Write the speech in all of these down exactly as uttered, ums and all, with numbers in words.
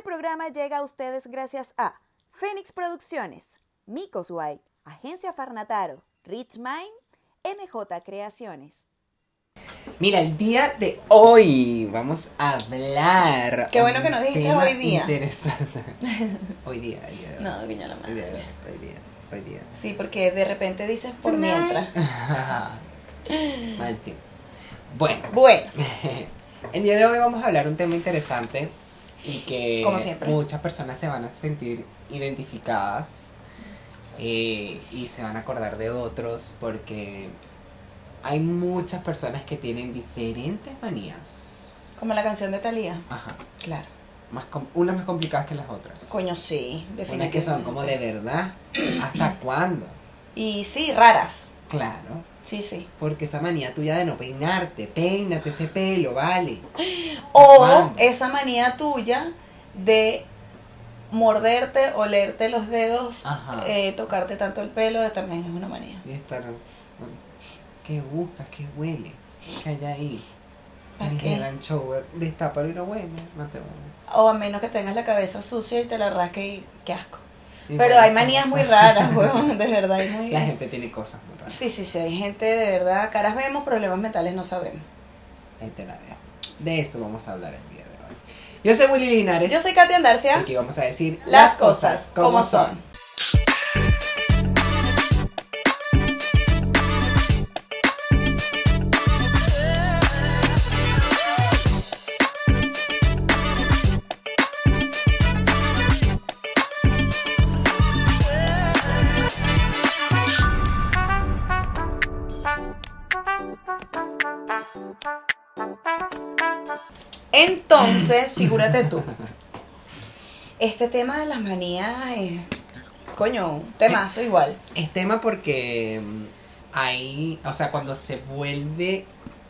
programa llega a ustedes gracias a Fénix Producciones, Micos White, Agencia Farnataro, Rich Mind, M J Creaciones. Mira, el día de hoy vamos a hablar. Qué bueno que nos dijiste hoy día. Interesante. Hoy día, hoy día. No, que ya la madre. Hoy día, hoy día, hoy día. Sí, porque de repente dices por mientras. Mal, sí. Bueno. Bueno. El día de hoy vamos a hablar un tema interesante y que Como siempre. muchas personas se van a sentir identificadas eh, y se van a acordar de otros porque hay muchas personas que tienen diferentes manías. Como la canción de Thalía. Ajá. Claro. Más com- unas más complicadas que las otras. Coño, sí, Unas definitivamente. que son como de verdad. ¿Hasta cuándo? Y sí, raras. Claro. Sí, sí. Porque esa manía tuya de no peinarte, peínate ese pelo, vale. O ¿Cuándo? esa manía tuya de morderte, olerte los dedos, Ajá. eh, tocarte tanto el pelo, también es una manía. Y estar. ¿Qué buscas? ¿Qué huele? ¿Qué hay ahí? ¿Para El qué? Head and Shoulder, destápalo y no huele, no te huele. O a menos que tengas la cabeza sucia y te la rasques y qué asco. Y Pero bueno, hay manías como muy sea. raras, huevón, de verdad. Hay muy... La gente tiene cosas muy raras. Sí, sí, sí, hay gente de verdad, caras vemos, problemas mentales no sabemos. Ahí te la dejo. De eso vamos a hablar el día de hoy. Yo soy Willy Linares. Yo soy Katia Y Andarcia. aquí vamos a decir Las cosas como son. Entonces, figúrate tú. Este tema de las manías es, coño, un temazo igual. Es tema porque mm, hay, o sea, cuando se vuelve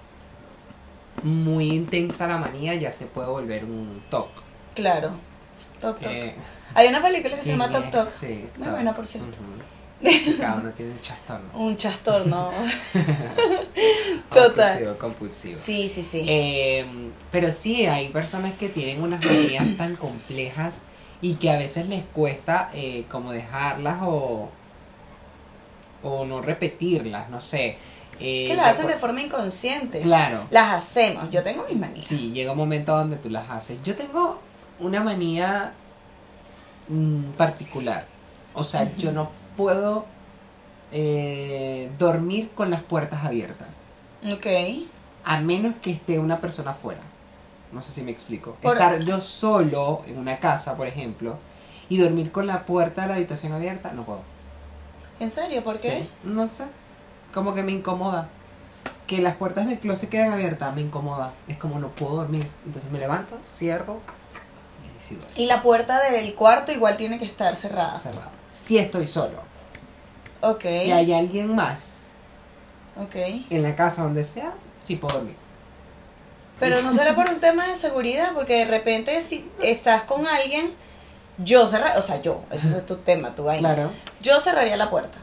muy intensa la manía, ya se puede volver un toque. Claro. Toc, toc. Eh, Hay una película que se llama que- Toc Toc. Sí, Muy toc. buena, por cierto. Ujú. Cada uno tiene un trastorno. Un trastorno. Total. Obsesivo, compulsivo. Sí, sí, sí. Eh, pero sí, hay personas que tienen unas manías tan complejas y que a veces les cuesta eh, como dejarlas o, o no repetirlas, no sé. Eh, que las hacen yo- de forma inconsciente. Claro. Las hacemos. Yo tengo mis manías. Sí, llega un momento donde tú las haces. Yo tengo una manía mm, particular. O sea, yo no puedo eh, dormir con las puertas abiertas. Ok. A menos que esté una persona afuera. No sé si me explico. Por- Estar yo solo en una casa, por ejemplo, y dormir con la puerta de la habitación abierta, no puedo. ¿En serio? ¿Por qué? Sí, no sé. Como que me incomoda. Que las puertas del closet queden abiertas, me incomoda. Es como no puedo dormir. Entonces me levanto, cierro y ahí sí duermo. Y la puerta del cuarto igual tiene que estar cerrada. Cerrado. Si estoy solo. Ok. Si hay alguien más Ok. en la casa donde sea, sí puedo dormir. Pero no será por un tema de seguridad, porque de repente si estás con alguien, yo cerraría, o sea, yo, eso es tu tema, tu vaina. Claro. Yo cerraría la puerta.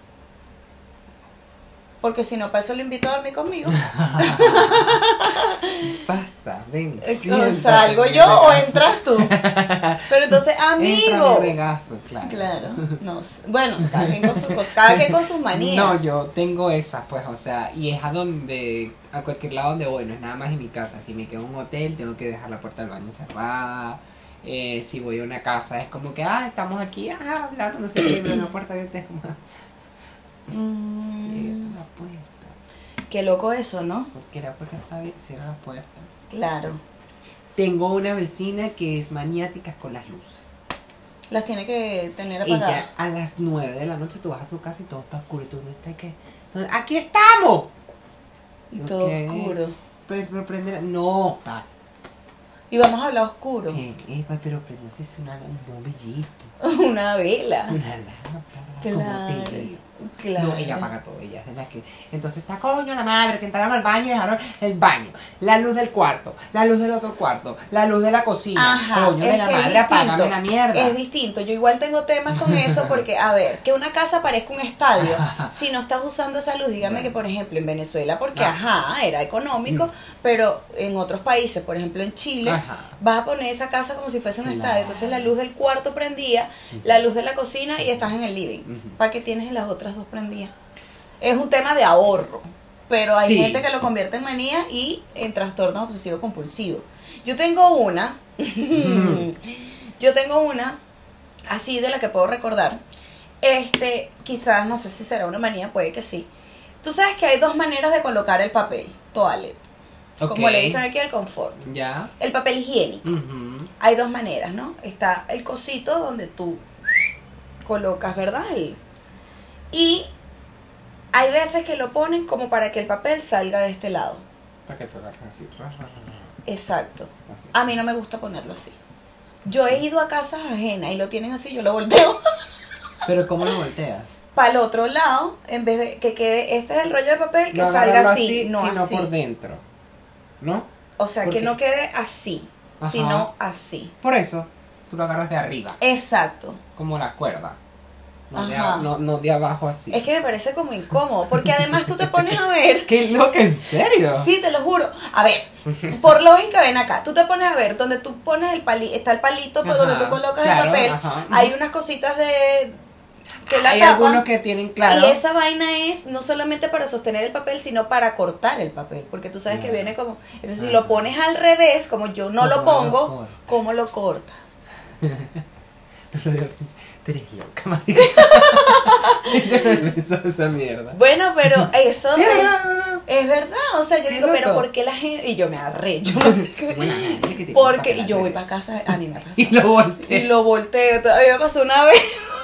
Porque si no, para eso lo invito a dormir conmigo. Pasa, ven. O siéntate, salgo mi yo o regazo. entras tú. Pero entonces, Entra amigo. mi regazo, claro. Claro, no sé. Bueno, cada quien con sus cosas, cada quien con sus manías. No, yo tengo esas, pues, o sea, y es a donde, a cualquier lado donde voy, no es nada más en mi casa. Si me quedo en un hotel, tengo que dejar la puerta del baño cerrada. Eh, si voy a una casa, es como que, ah, estamos aquí, ah, hablando, no sé qué, pero la puerta abierta es como, Mm, cierra la puerta. qué loco eso, ¿no? Porque la puerta está abierta, cierra la puerta. Claro. Tengo una vecina que es maniática con las luces. Las tiene que tener apagadas. Ella a las nueve de la noche tú vas a su casa y todo está oscuro y tú no estás que, aquí estamos. Y todo Ok. oscuro. Pero, pero prende, no, pa, Y vamos a hablar oscuro. que, epa, pero prendese una, un bombillito, Una vela. una lámpara, Claro. como te digo. Claro. No, ella apaga todo, ella es de las que. Entonces está coño la madre, que entraron al baño y dejaron el baño, la luz del cuarto, la luz del otro cuarto, la luz de la cocina. Ajá, coño de es la que es madre, apágame distinto, la mierda. Es distinto, yo igual tengo temas con eso porque, a ver, que una casa parezca un estadio, si no estás usando esa luz, dígame Bueno. que por ejemplo en Venezuela, porque Ah. ajá, era económico, Mm. pero en otros países, por ejemplo en Chile, Ajá. vas a poner esa casa como si fuese un Claro. estadio, entonces la luz del cuarto prendía, la luz de la cocina y estás en el living, Ujú. ¿para qué tienes las otras dos prendidas? Es un tema de ahorro, pero hay Sí. gente que lo convierte en manía y en trastorno obsesivo compulsivo. Yo tengo una, yo tengo una, así de la que puedo recordar, este, quizás, no sé si será una manía, puede que sí. Tú sabes que hay dos maneras de colocar el papel toilet, como Ok. le dicen aquí el confort. Ya. El papel higiénico. Ujú. Hay dos maneras, ¿no? Está el cosito donde tú colocas, ¿verdad? El- y hay veces que lo ponen como para que el papel salga de este lado. Hasta que tú agarras así. ra, ra, ra, ra, Exacto. así. A mí no me gusta ponerlo así. Yo he ido a casas ajenas y lo tienen así, yo lo volteo Pero ¿cómo lo volteas? para el otro lado, en vez de que quede, este es el rollo de papel, que No salga agarrarlo así, no sino así. por dentro. ¿No? O sea, ¿Por que qué? no quede así, Ajá. sino así. Por eso, tú lo agarras de arriba, Exacto. como la cuerda. No, de, Ajá. a- no, no de abajo así. Es que me parece como incómodo, porque además tú te pones a ver. ¡Qué loca, en serio! Sí, te lo juro. A ver, por lógica, ven acá. Tú te pones a ver donde tú pones el palito, está el palito, pues Ajá, donde tú colocas claro, el papel. ajá. Hay unas cositas de. que la Hay tapan. algunos que tienen claro. Y esa vaina es no solamente para sostener el papel, sino para cortar el papel. Porque tú sabes que Claro. viene como. Entonces, si Ajá. lo pones al revés, como yo no ¿Cómo lo lo pongo, cortas? ¿cómo lo cortas? No lo había pensado. Tú eres loca, marica. Yo no he pensado esa mierda. Bueno, pero eso Sí, es, ¿verdad? ¿verdad? es verdad. O sea, yo Qué digo, pero loco. ¿por qué la gente.? Y yo me arrecho. Buena gente que tiene Porque papel y al yo voy revés. para casa, a mí me pasa. Y lo volteé. Y lo volteo. A mí me pasó una vez.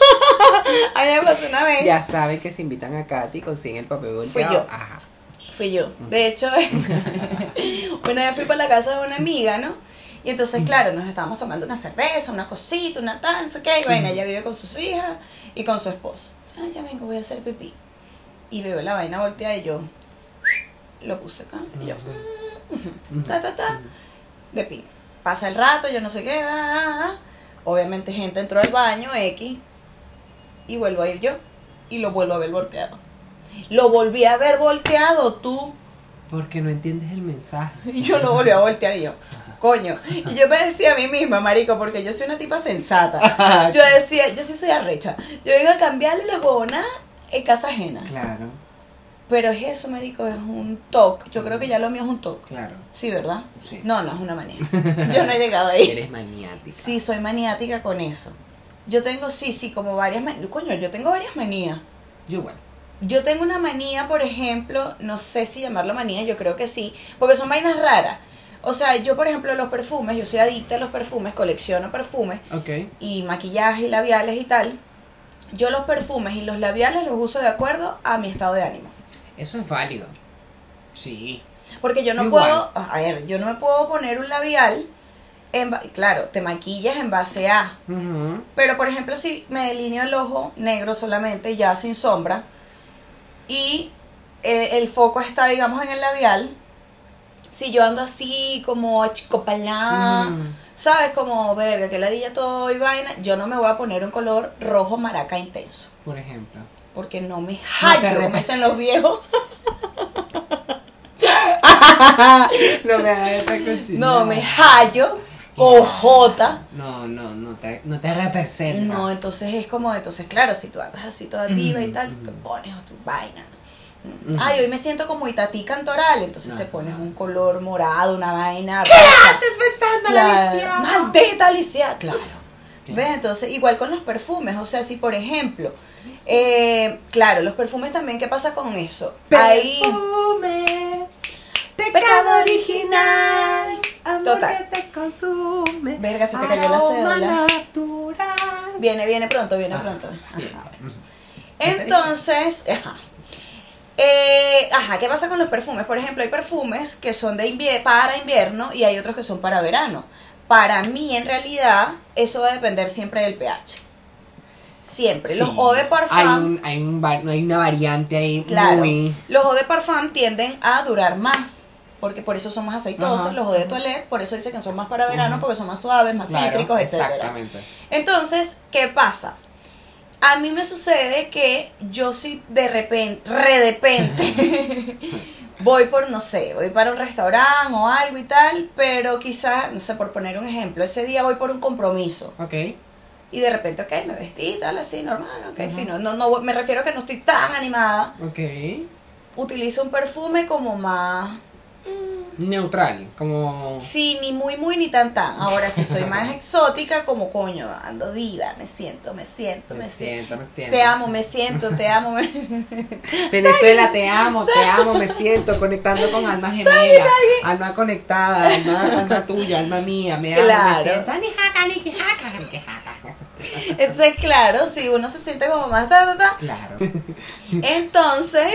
A mí me pasó una vez. Ya saben que se invitan a Katy y consiguen el papel volteado. yo. Ajá. Fui yo. De hecho, una vez fui para la casa de una amiga, ¿no? Y entonces, claro, nos estábamos tomando una cerveza, una cosita, una tal, no sé qué. Y vaina, ella vive con sus hijas y con su esposo. Ay, ya vengo, voy a hacer pipí. Y veo la vaina volteada y yo lo puse acá. Y yo, mm, ta, ta, ta. De pin. Pasa el rato, yo no sé qué. ah, ah, ah. Obviamente, gente entró al baño, X. Y vuelvo a ir yo. Y lo vuelvo a ver volteado. Lo volví a ver volteado, tú. Porque no entiendes el mensaje. Y yo lo volví a voltear y yo, coño. Y yo me decía a mí misma, marico, porque yo soy una tipa sensata. Yo decía, yo sí soy arrecha. Yo vengo a cambiarle las huevonas en casa ajena. Claro, Pero es eso, marico, es un toque. Yo creo que ya lo mío es un toque. claro. Sí, ¿verdad? Sí. No, no es una manía. Yo no he llegado ahí. Eres maniática. Sí, soy maniática con eso. Yo tengo, sí, sí, como varias manías. Coño, yo tengo varias manías. Yo, bueno. Yo tengo una manía, por ejemplo, no sé si llamarlo manía, yo creo que sí, porque son vainas raras. O sea, yo, por ejemplo, los perfumes, yo soy adicta a los perfumes, colecciono perfumes Ok. y maquillaje y labiales y tal. Yo los perfumes y los labiales los uso de acuerdo a mi estado de ánimo. Eso es válido. Sí. Porque yo no Igual. puedo, a ver, yo no me puedo poner un labial, en, ba- claro, te maquillas en base a, Ujú. pero por ejemplo si me delineo el ojo negro solamente, ya sin sombra, y eh, el foco está, digamos, en el labial, si yo ando así como achicopalada, Mm. ¿sabes? Como, verga, que ladilla todo y vaina, yo no me voy a poner un color rojo maraca intenso, Por ejemplo. porque no me No te hallo, como arrepientes. dicen los viejos. No me hagas esta cochina. No me hallo, ojota. No, no, no te, no te representa. No, entonces es como, entonces claro, si tú andas así toda diva y Ujú, tal, ujú. te pones tu vaina, ¿no? Ujú. Ay, hoy me siento como Itatí Cantoral, entonces te Ajá. pones un color morado, una vaina. ¿Qué roja. haces besando a Claro. la Alicia? Maldita Alicia, claro. Claro. ¿Ves? Entonces, igual con los perfumes, o sea, si por ejemplo, eh, claro, los perfumes también, ¿qué pasa con eso? Ahí, Perfume, Pecado pecado original. original, amor Total. que te consume. Verga, se te cayó la aroma cédula. natural. viene, viene pronto, viene Ah, pronto. bien. Ajá. Entonces, ajá. Eh, ajá, ¿qué pasa con los perfumes? Por ejemplo, hay perfumes que son de invie- para invierno y hay otros que son para verano. Para mí, en realidad, eso va a depender siempre del pH. Siempre. Sí. Los eau de parfum. Hay, un, hay, un, va- hay una variante ahí Claro. muy... Los eau de parfum tienden a durar más. Porque por eso son más aceitosos. Ajá. Los eau de toilette, por eso dicen que son más para verano, Ujú. porque son más suaves, más Claro, cítricos, etcétera. exactamente. Entonces, ¿qué pasa? A mí me sucede que yo sí de repente, re de repente, voy por, no sé, voy para un restaurante o algo y tal, pero quizás, no sé, por poner un ejemplo, ese día voy por un compromiso. Ok. Y de repente, ok, me vestí y tal, así, normal, ok, Ujú. fino. No, no, me refiero a que no estoy tan animada. Ok. Utilizo un perfume como más... Neutral, como... Sí, ni muy, muy, ni tan, tan. Ahora, si soy más exótica, como coño, ando diva, me siento, me siento, me, Me siento. siento, me siento. Te amo, me siento, te amo. Me... Venezuela, te amo, te amo, me siento conectando con alma gemela, alma conectada, alma, alma tuya, alma mía, me amo, Claro. me siento. Ni jaca, ni que jaca, ni que jaca. Entonces, claro, si uno se siente como más ta, ta, ta. Claro. Entonces,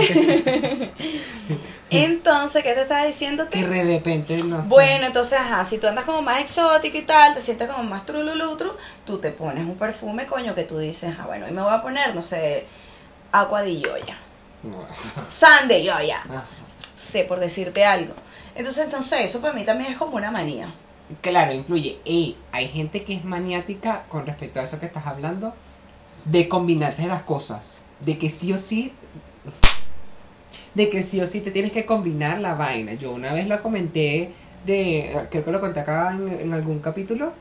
entonces, ¿qué te estaba diciendo? Que de repente no sé. Bueno, entonces, ajá, si tú andas como más exótico y tal, te sientes como más trululutru, tú te pones un perfume, coño, que tú dices, ah, bueno, hoy me voy a poner, no sé, agua de yoya, san de yoya, Ah, sé, por decirte algo. Entonces, entonces, eso para mí también es como una manía. claro, influye. Y hay gente que es maniática con respecto a eso que estás hablando, de combinarse las cosas. De que sí o sí. De que sí o sí te tienes que combinar la vaina. Yo una vez lo comenté, de creo que lo conté acá en, en algún capítulo,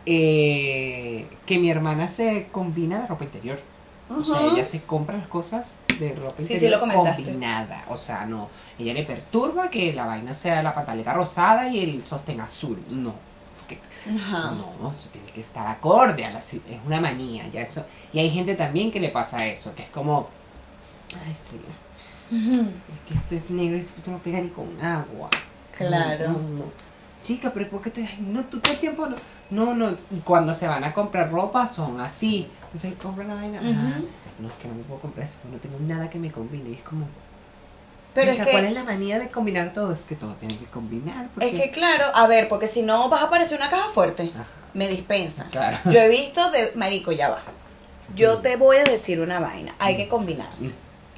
eh, que mi hermana se combina la ropa interior. O sea, Ujú. ella se compra las cosas de ropa Sí, sí, interior lo comentaste. combinada. O sea, no. Ella le perturba que la vaina sea la pantaleta rosada y el sostén azul. No. Porque Ajá. no, eso tiene que estar acorde a la, es una manía, ya eso. Y hay gente también que le pasa eso, que es como, ay sí, Ujú. es que esto es negro y esto no pega ni con agua. Claro. No, no, no. Chica, pero ¿por qué te, ay, no, tú todo el tiempo no, no, no, y cuando se van a comprar ropa son así, entonces compran la vaina, Ujú. ah, no, es que no me puedo comprar eso, porque no tengo nada que me combine, y es como, Pero venga, es que, ¿cuál es la manía de combinar todo? Es que todo tiene que combinar, porque, es que claro, a ver, porque si no vas a parecer una caja fuerte, Ajá. me dispensa. Claro. Yo he visto de, marico, ya va. Yo Mm. te voy a decir una vaina, hay que combinarse.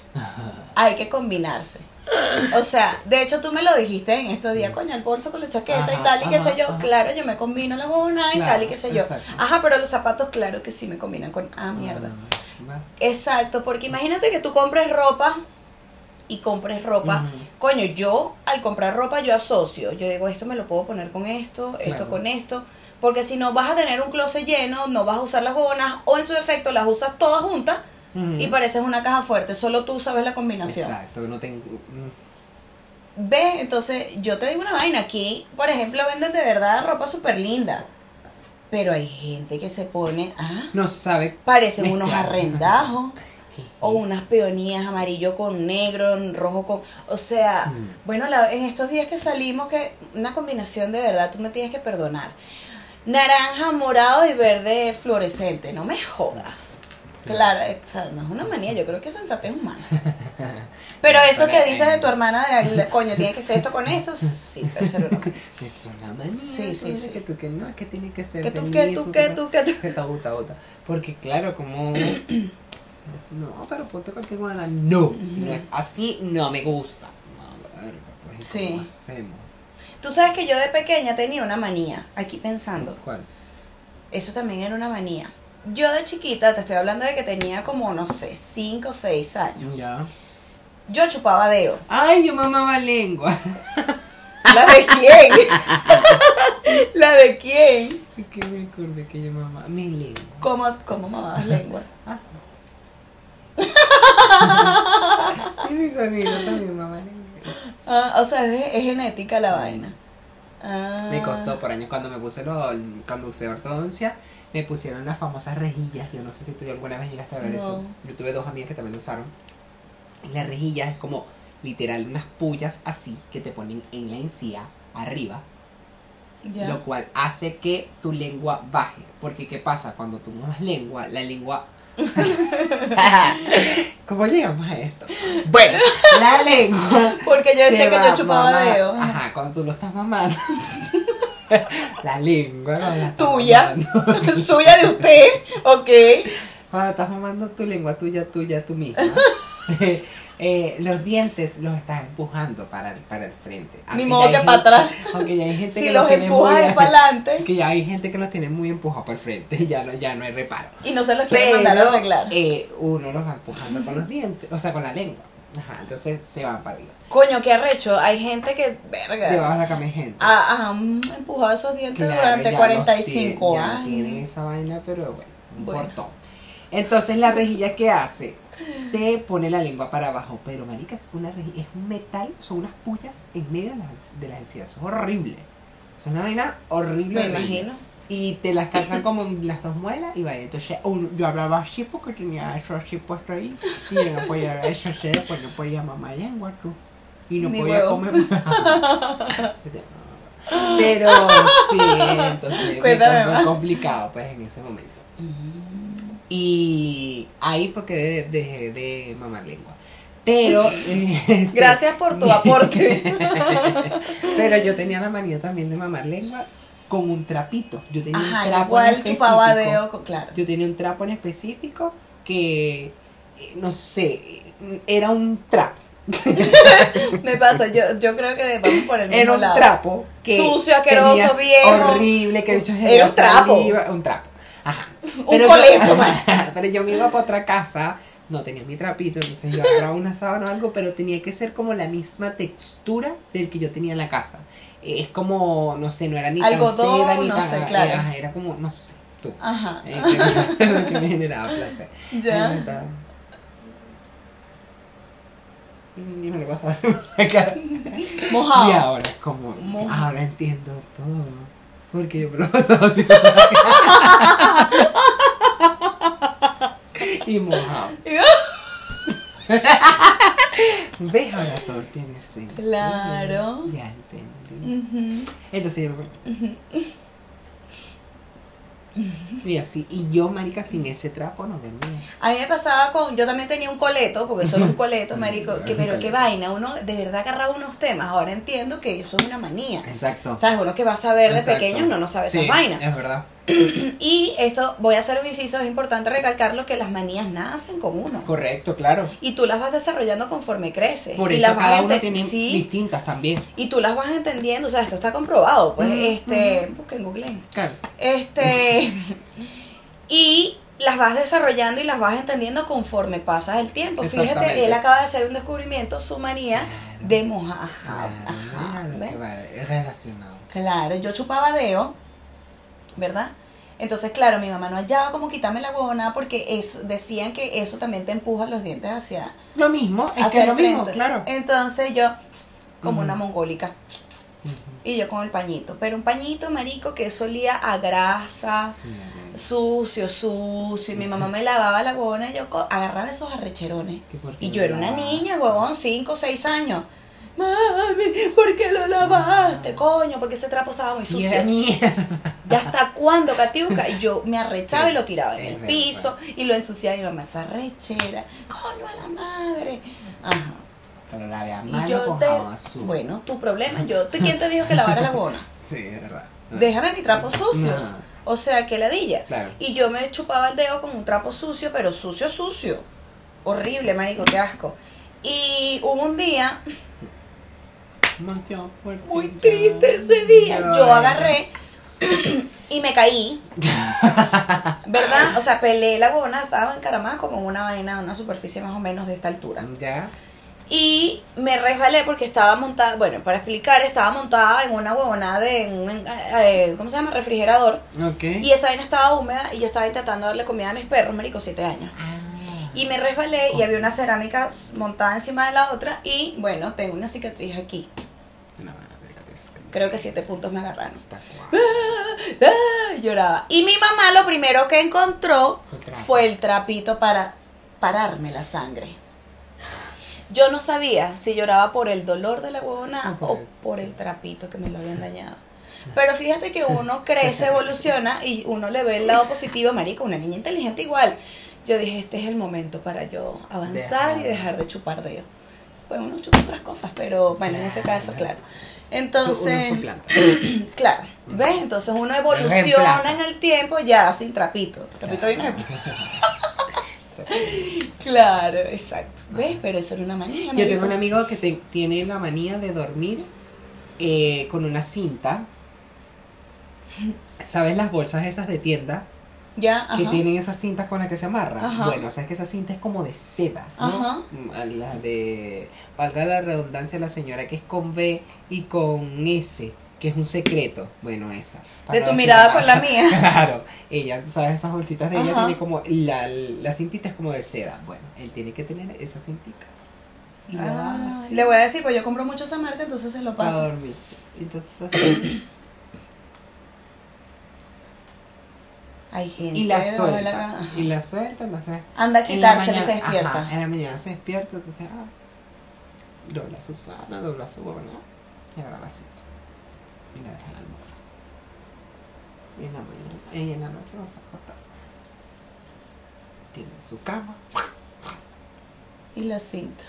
Hay que combinarse. O sea, de hecho tú me lo dijiste en estos días, coño, el bolso con la chaqueta Ajá, y tal y qué ajá, sé yo. ajá. Claro, yo me combino la huevona y Claro, tal y qué sé yo. exacto. Ajá, pero los zapatos, claro que sí me combinan con. Ah, mierda. Ah, va. Exacto, porque imagínate que tú compres ropa y compres ropa. Ujú. Coño, yo al comprar ropa yo asocio. Yo digo, esto me lo puedo poner con esto, esto Claro. con esto. Porque si no vas a tener un closet lleno, no vas a usar las huevonas o en su defecto las usas todas juntas Ujú. y pareces una caja fuerte. Solo tú sabes la combinación. Exacto, no tengo. mm, ¿Ves? Entonces, yo te digo una vaina. Aquí, por ejemplo, venden de verdad ropa súper linda. Pero hay gente que se pone, ah, No sabe. parecen unos mezclar. arrendajos. ¿Qué O es? unas peonías amarillo con negro, rojo con... O sea, Mm. bueno, la- en estos días que salimos, que una combinación de verdad, tú me tienes que perdonar. Naranja, morado y verde fluorescente, no me jodas. Claro, eh, o sea, no es una manía, yo creo que es sensatez humana. Pero eso que dices de tu hermana, de coño, tiene que ser esto con esto, sí, pero eso no. Es una manía. Sí, eso sí, de sí. Que tú que no, es que tiene que ser. Que tú, del que mismo, tú, que tú, que tú. Que te gusta, gusta. Porque claro, como. No, pero ponte cualquier manera. No, si no es así, no me gusta. No, verga, pues, ¿y Sí. ¿cómo hacemos? Tú sabes que yo de pequeña tenía una manía, aquí pensando. ¿Cuál? Eso también era una manía. Yo de chiquita, te estoy hablando de que tenía como, no sé, cinco o seis años. Ya. Yo chupaba dedo. Ay, yo mamaba lengua. ¿La de quién? ¿La de quién? Que me acordé que yo mamaba mi lengua. ¿Cómo, cómo mamabas lengua? Así. Sí, mi sonido también mamá lengua. Ah, o sea, es, es genética la vaina. Ah. Me costó por años cuando me puse lo, cuando usé ortodoncia, me pusieron las famosas rejillas. Yo no sé si tú alguna vez llegaste a ver No. eso. Yo tuve dos amigas que también lo usaron. Y la rejilla es como literal unas pullas así que te ponen en la encía arriba, Ya. lo cual hace que tu lengua baje. Porque ¿qué pasa? Cuando tú mueves lengua, la lengua... ¿Cómo llegamos a esto? Bueno, la lengua... Porque yo decía se que va yo chupaba a mamar. dedo. Ajá, cuando tú lo estás mamando. La lengua no la estás Tuya. mamando. Suya de usted, ok. cuando estás mamando tu lengua tuya, tuya, tú misma, eh, los dientes los estás empujando para el, para el frente. Ni modo que para atrás. Aunque ya hay gente si que los los tiene empujas muy, es para adelante. que ya hay gente que los tiene muy empujados para el frente, ya no, ya no hay reparo. Y no se los quiere Pero, mandar a arreglar. Eh, uno los va empujando con los dientes, o sea, con la lengua. Ajá, entonces se van para arriba. Coño, qué arrecho. Hay gente que, verga, Debajo de la cama hay gente. ha- han empujado esos dientes Claro, durante ya cuarenta y los cinco tienen, ya años. tienen esa vaina, pero bueno, un Bueno. portón. Entonces la rejilla que hace, te pone la lengua para abajo, pero marica, es una rejilla, es un metal, son unas pullas en medio de las, de las encías, es horrible. Es una vaina horrible. Me horrible. imagino. Y te las calzan como en las dos muelas y vaya. Entonces uno- yo hablaba así porque tenía eso así puesto ahí. Y yo no podía eso hacer, pues no podía mamar lengua tú. Y no Ni podía huevo. comer. Se te- Pero sí, entonces me Cuéntame fue más. complicado pues en ese momento. Y ahí fue que de- dejé de mamar lengua. Pero eh, Gracias por tu aporte. pero yo tenía la manía también de mamar lengua con un trapito. Yo tenía un Ajá, trapo en igual chupaba específico. deo, con- claro. Yo tenía un trapo en específico que eh, no sé, era un trapo. Me pasa, yo, yo creo que vamos por el mismo Era un lado. trapo que Sucio, asqueroso, tenía viejo. horrible, que bicho Era un trapo. un trapo. Ajá. Un yo- coleto, man. pero yo me iba para otra casa, no tenía mi trapito, entonces yo agarraba una sábana o algo, pero tenía que ser como la misma textura del que yo tenía en la casa. Eh, Es como, no sé, no era ni Algodón, tan seda ni no tan, sé, eh, claro. ajá, era como, no sé, tú. Ajá. Eh, que, me, que me generaba placer. Ya. Y estaba- Y me lo pasaba así por la cara. Mojado. Y ahora es como, Mojado. ahora entiendo todo. Porque yo me lo pasaba así por la cara. Y mojado. ¿Ves? Ahora todo tiene sentido. Claro. Ya entendí. Ujú. Entonces yo y así, y yo, marica, sin ese trapo no dormía. A mí me pasaba con, yo también tenía un coleto, porque eso era un coleto, marico, que, pero qué vaina, uno de verdad agarraba unos temas, ahora entiendo que eso es una manía. Exacto. ¿Sabes? Uno que va a saber de Exacto. pequeño, uno no sabe Sí, esas vainas. es verdad. Y esto, voy a hacer un inciso, es importante recalcarlo, que las manías nacen con uno. Correcto, claro. Y tú las vas desarrollando conforme creces. Por y eso las vas cada uno ente- tiene sí, distintas también. y tú las vas entendiendo, o sea, esto está comprobado, pues, Ujú, este, busquen, googleen. Claro. Este, y las vas desarrollando y las vas entendiendo conforme pasas el tiempo. Fíjate, Exactamente. él acaba de hacer un descubrimiento, su manía Claro. de mojar. Claro, Ajá, claro, ¿ves? que va, es relacionado. Claro, yo chupaba deo, ¿verdad? Entonces, claro, mi mamá no hallaba cómo quitarme la huevona porque es, decían que eso también te empuja los dientes hacia, Lo mismo, es que hacia es lo el mismo, frente. claro. Entonces yo, como Ujú. una mongólica, Ujú. y yo con el pañito, pero un pañito, marico, que eso olía a grasa, Sí, sucio, sucio, y mi mamá me lavaba la huevona y yo co- agarraba esos arrecherones. ¿Que por qué Y lo yo era una lavabas? niña, huevón, cinco o seis años. Mami, ¿por qué lo lavaste, coño? Porque ese trapo estaba muy Y sucio. era mierda. ¿Y hasta cuándo, Catiuca? Y yo me arrechaba Sí, y lo tiraba en es el verdad. piso y lo ensuciaba. Y mi mamá, esa arrechera, coño a la madre. Ajá. Pero la de a Y mano yo con te... jabón azul. Bueno, tu problema. Yo, ¿tú quién te dijo que lavara la huevona? Sí, es verdad. Déjame mi trapo sucio. No. O sea, que ladilla. Claro. Y yo me chupaba el dedo con un trapo sucio, pero sucio, sucio. Horrible, marico, qué asco. Y hubo un día Mansión fuerte. muy triste ese día. Yo agarré y me caí. ¿Verdad? O sea, peleé la huevona, estaba encaramada como en una vaina, una superficie más o menos de esta altura. Ya. Y me resbalé porque estaba montada, bueno, para explicar, estaba montada en una huevonada de en un, eh, ¿cómo se llama? Refrigerador. Ok. Y esa vaina estaba húmeda y yo estaba intentando darle comida a mis perros, marico, siete años. Ah. Y me resbalé y había una cerámica montada encima de la otra y, bueno, tengo una cicatriz aquí. No, no, fíjate, es que- Creo que siete puntos me agarraron. Está guau. Ah, lloraba. Y mi mamá lo primero que encontró Fue trapo. fue el trapito para pararme la sangre. Yo no sabía si lloraba por el dolor de la huevona O por o el- por el trapito que me lo habían dañado. Pero fíjate que uno crece, evoluciona y uno le ve el lado positivo, marico, una niña inteligente igual. Yo dije, este es el momento para yo avanzar y Dejar. dejar de chupar dedo. Pues uno chupa otras cosas, pero bueno, en ese caso, claro. Entonces, Su- uno suplanta. claro, ¿ves? Entonces uno evoluciona Reemplaza. en el tiempo ya sin trapito. Trapito viene. Claro, exacto. ¿Ves? Pero eso era una manía. Yo marico. tengo un amigo que te- tiene la manía de dormir eh, con una cinta. ¿Sabes las bolsas esas de tienda? Ya, Que ajá. tienen esas cintas con las que se amarran. Ajá. Bueno, sabes que esa cinta es como de seda, ¿no? Ajá. Mm, La de, valga la redundancia, la señora que es con B y con S, que es un secreto. Bueno, esa. De Para tu no mirada decir con la nada. mía. Claro, ella, ¿sabes? Esas bolsitas de ella Ajá. tiene como, la, la cintita es como de seda. Bueno, él tiene que tener esa cintica. Y lo Ah, haga así le voy a decir, pues yo compro mucho esa marca, entonces se lo para paso. dormirse. Entonces, así. Hay gente. Y la debajo de suelta. ca- ajá. Y la suelta, entonces. Anda a en la quitársela y se mañana- despierta. ajá, en la mañana se despierta, entonces, ah, dobla a Susana, dobla a su ¿no? Y agarra la cita. Y la deja en la almohada. Y en la mañana, y en la noche vas a acostar. Tiene su cama. Y la cinta.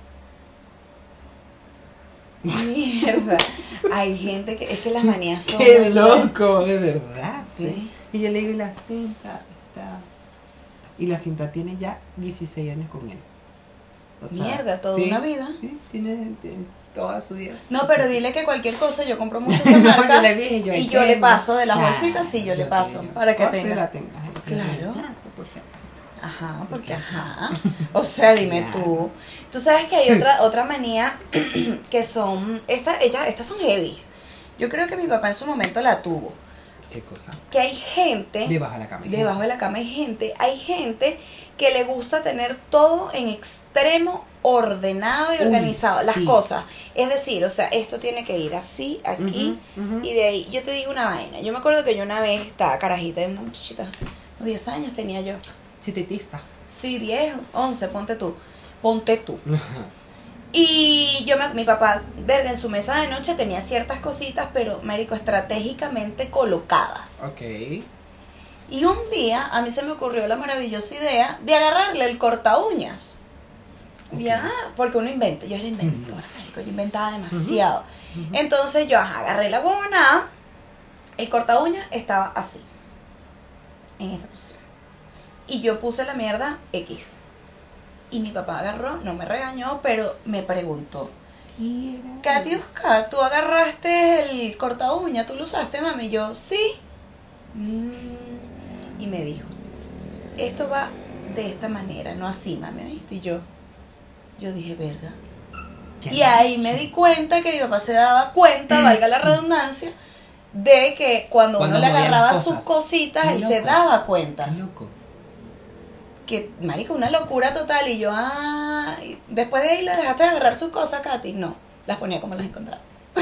Mierda. Hay gente que. Es que las manías son. ¡Qué muy loco! De verdad, sí. Sí. Y yo le digo, y la cinta está. Y la cinta tiene ya dieciséis años con él. O Mierda, toda una vida. Sí, tiene, tiene toda su vida. No, Su pero cinta. dile que cualquier cosa, yo compro mucho esa Yo marca. le dije, yo ahí y yo le tengo. paso de las Claro, bolsitas, sí, yo le yo paso. tengo. Para que Corte tenga. la tengas ahí. Claro. Gracias por si acaso. Ajá, porque ajá. O sea, dime Claro. tú. Tú sabes que hay otra otra manía que son. Esta, ellas, estas son heavy. Yo creo que mi papá en su momento la tuvo. ¿Qué cosa? Que hay gente. Debajo de la cama. Debajo de la cama hay gente. Hay gente que le gusta tener todo en extremo ordenado y Uy, organizado. Las sí. cosas. Es decir, o sea, esto tiene que ir así, aquí. Ujú, ujú. Y de ahí, yo te digo una vaina. Yo me acuerdo que yo una vez estaba carajita, una muchachita. unos diez años tenía yo. Chitetista. Sí, diez, once, ponte tú. Ponte tú. Y yo, me, mi papá, verga, en su mesa de noche tenía ciertas cositas, pero, marico, estratégicamente colocadas. Ok. Y un día a mí se me ocurrió la maravillosa idea de agarrarle el corta uñas. Ok. Ya, porque uno inventa. Yo era inventora, marico, yo inventaba demasiado. Entonces yo, ajá, agarré la huevonada, el corta uñas estaba así, en esta posición. Y yo puse la mierda X. Y mi papá agarró, no me regañó, pero me preguntó: Katiuska, ¿tú agarraste el corta uña? ¿Tú lo usaste, mami? Y yo, sí. Mm. Y me dijo: esto va de esta manera, no así, mami, ¿viste? Y yo, yo dije, verga. ¿Qué Y has ahí me hecho? di cuenta que mi papá se daba cuenta, valga la redundancia, de que cuando, Cuando uno le movía las agarraba cosas. sus cositas, Qué él se loco. daba cuenta. Estás loco. Que, marico, una locura total. Y yo, ah, y después de ahí le dejaste de agarrar sus cosas, Katy. No, las ponía como las encontraba.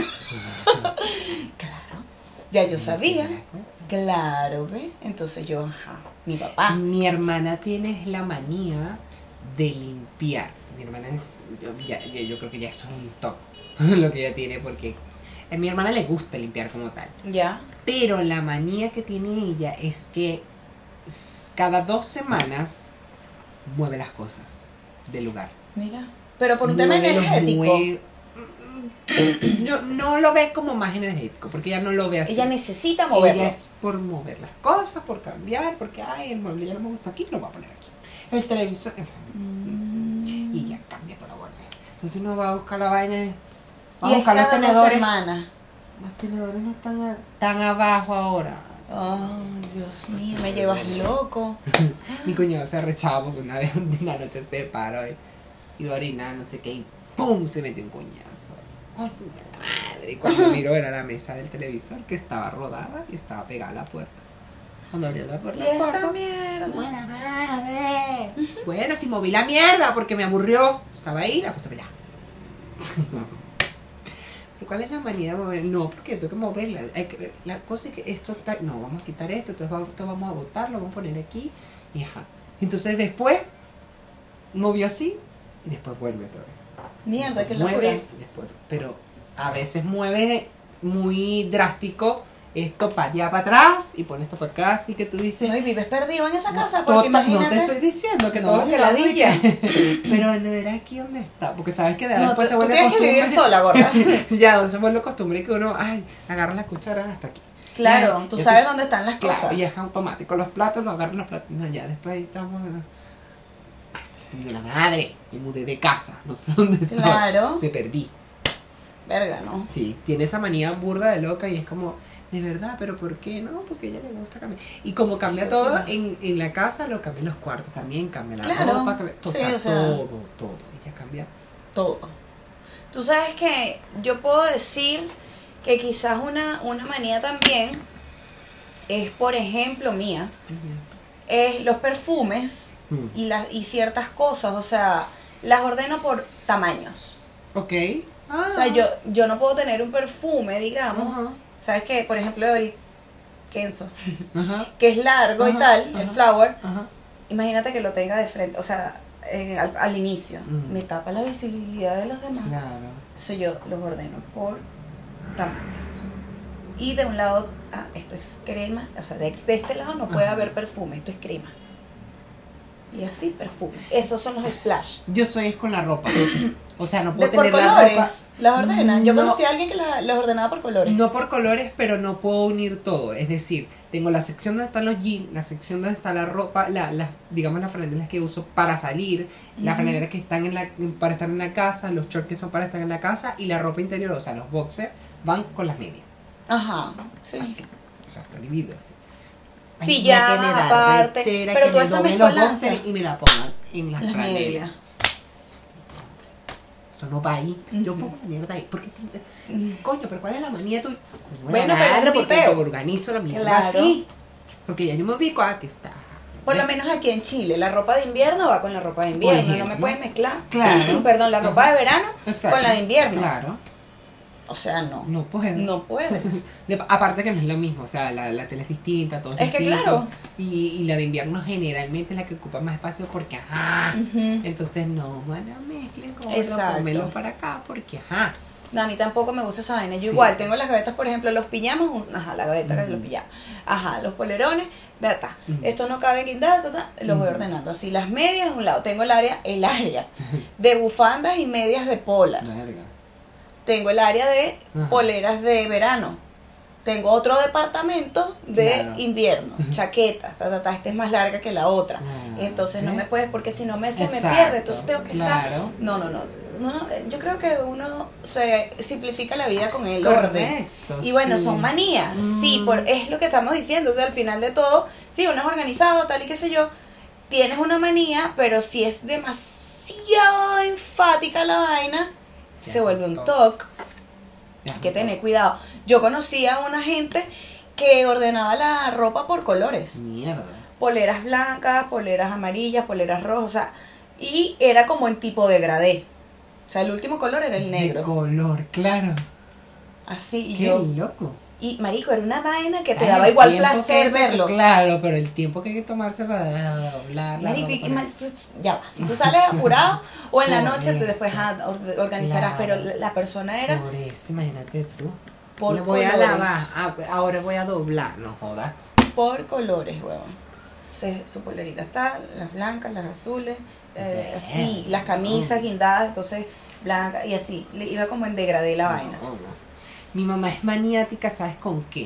Claro, ya yo sabía. ¿Se da cuenta? Claro, ¿ves? Entonces yo, ajá, mi papá. Mi hermana tiene la manía de limpiar. Mi hermana es. Yo, ya, ya- yo creo que ya es un toque lo que ella tiene, porque a mi hermana le gusta limpiar como tal. Ya. Pero la manía que tiene ella es que s- cada dos semanas mueve las cosas del lugar. Mira. Pero por un tema Mueve los energético. mue- No, no lo ve como más energético, porque ella no lo ve así. Ella necesita moverlo. Ella es por mover las cosas, por cambiar, porque ay, el mueble ya no me gusta aquí, lo voy a poner aquí. El televisor. Mm. Y ya cambia toda la guardia. Entonces uno va a buscar la vaina. Va a Y es buscar los cada dos tenedores. semanas. Los tenedores no están a- tan abajo ahora. Ay, Dios mío, me llevas loco. Mi cuñado se arrechaba porque una vez una noche se paró y iba a orinar, no sé qué, y ¡pum! Se metió un coñazo. ¡Ay, mi madre! Y cuando miró era la mesa del televisor que estaba rodada y estaba pegada a la puerta. Cuando abrió la puerta, Y esta puerta, mierda. buena madre. Bueno, si moví la mierda porque me aburrió. Estaba ahí, la puse para allá. ¿Pero cuál es la manía de mover? No, porque tengo que moverla. Hay que- la cosa es que esto está. No, vamos a quitar esto, entonces vamos, esto vamos a botarlo, vamos a poner aquí. Y ajá. Entonces después movió así y después vuelve otra vez. Mierda, qué Mueve locura. y después. Pero a veces mueve muy drástico. Esto para allá, para atrás, y pone esto para acá, así que tú dices. No, y vives perdido en esa casa, Tota- porque no imagínate. te estoy diciendo que No, todo que llegamos y ladilla. que- pero no era aquí donde está, porque sabes que de No, después tú- se tú vuelve tienes que costumbre. vivir sola, gorda. Ya, se vuelve costumbre que uno, ay, agarra la cuchara hasta aquí. Claro, Ya, tú ya sabes dónde están las claro, cosas. y es automático, los platos, los agarran los platos, no, ya, después ahí estamos. de la madre, me mudé de casa, no sé dónde estoy. Claro. Me perdí. Verga, ¿no? Sí, tiene esa manía burda de loca y es como, de verdad, pero ¿por qué? No, porque a ella le gusta cambiar. Y como cambia todo en, en la casa, lo cambia en los cuartos también, cambia la Claro. ropa, cambia todo, Sí, o sea, o sea, todo, todo. Ella cambia. Todo. Tú sabes que yo puedo decir que quizás una, una manía también es, por ejemplo, mía, es los perfumes Mm. y, las y ciertas cosas, o sea, las ordeno por tamaños. Ok. Ah. O sea, yo, yo no puedo tener un perfume, digamos, Ajá. ¿sabes qué? Por ejemplo, el Kenzo, Ajá. que es largo y Ajá, tal, el ajá. flower, Ajá. imagínate que lo tenga de frente, o sea, en- al, al inicio, Mm. me tapa la visibilidad de los demás. Claro. Entonces yo los ordeno por tamaños. Y de un lado, ah, esto es crema, o sea, de, de este lado no puede Ajá. haber perfume, esto es crema. Y así, perfume. Estos son los splash. Yo soy es con la ropa. O sea, no De puedo por tener la colores, ropa. las ordenan. Yo No. conocí a alguien que la- los ordenaba por colores. No por colores, pero no puedo unir todo. Es decir, tengo la sección donde están los jeans, la sección donde está la ropa, la, las, digamos las franelas que uso para salir, las Ujú. franelas que están en la, para estar en la casa, los shorts que son para estar en la casa y la ropa interior, o sea, los boxers, van con las medias. Ajá, sí. Así. O sea, está dividido así. Ay, Pijamas mira que me da aparte, rechera pero que tú me esa doble los mezcolanza. boxers y me la pongan en las, Las franelas. medias. Eso no va ahí. Yo Ujú. pongo la mierda ahí. ¿Por qué tú- Coño, pero ¿cuál es la manía tuya? Bueno, pero es un porque pipeo. te organizo la mierda Claro. así. Porque ya yo me ubico a que está. Por lo menos aquí en Chile, la ropa de invierno va con la ropa de invierno. No ejemplo. me puedes mezclar. Claro. Perdón, la ropa Ajá. de verano Exacto. con la de invierno. Claro. O sea, no. No puedo. No puedes. De- aparte que no es lo mismo, o sea, la, la tela es distinta, todo es, Es que distinto. claro. Y, y la de invierno generalmente es la que ocupa más espacio porque ajá. Ujú. Entonces no, bueno, mezclen con Exacto. otro, pónmelo para acá porque ajá. No, a mí tampoco me gusta esa vaina. Yo Sí. igual tengo las gavetas, por ejemplo, los pijamas, un- ajá, la gaveta de los Ujú. pijamas. Ajá, los polerones, da, ta. Ujú. Esto no cabe en guindada, ta, ta, los voy Ujú. ordenando. Así, las medias de un lado. Tengo el área, el área de bufandas y medias de polar. Verga. Tengo el área de Ajá. poleras de verano. Tengo otro departamento de Claro. invierno, chaquetas, ta, ta, ta, esta es más larga que la otra. Ah, Entonces no ¿eh? me puedes, porque si no me se me Exacto, pierde, entonces tengo que estar. claro. No, no, no, no, no, yo creo que uno se simplifica la vida con el orden. Correcto, Y bueno, sí. son manías, Mm. sí, por, es lo que estamos diciendo, o sea, al final de todo, sí, uno es organizado, tal y qué sé yo, tienes una manía, pero si es demasiado enfática la vaina, Ya, se vuelve un toc. toque. Ya, Hay que tener cuidado. Yo conocí a una gente que ordenaba la ropa por colores. Mierda. Poleras blancas, poleras amarillas, poleras rojas, o sea, y era como en tipo de gradé. O sea, el último color era el De negro. color, claro. Así, y Qué yo. loco. Y marico, era una vaina que te Ay, daba el igual tiempo placer que- verlo. Claro, pero el tiempo que hay que tomarse para doblar. la Marico, y, ropa, y más, tú- ya va, si tú sales apurado o en la Por noche, eso. después ah, or- organizarás, Claro. pero la, la persona era Por eso, imagínate tú. por Le voy a colores. lavar. Ah, ahora voy a doblar, no jodas. Por colores, huevón. Entonces, su polerita está, las blancas, las azules, eh, así, las camisas guindadas, entonces blanca y así. Le iba como en degradé la vaina. No, no. Mi mamá es maniática, ¿sabes con qué?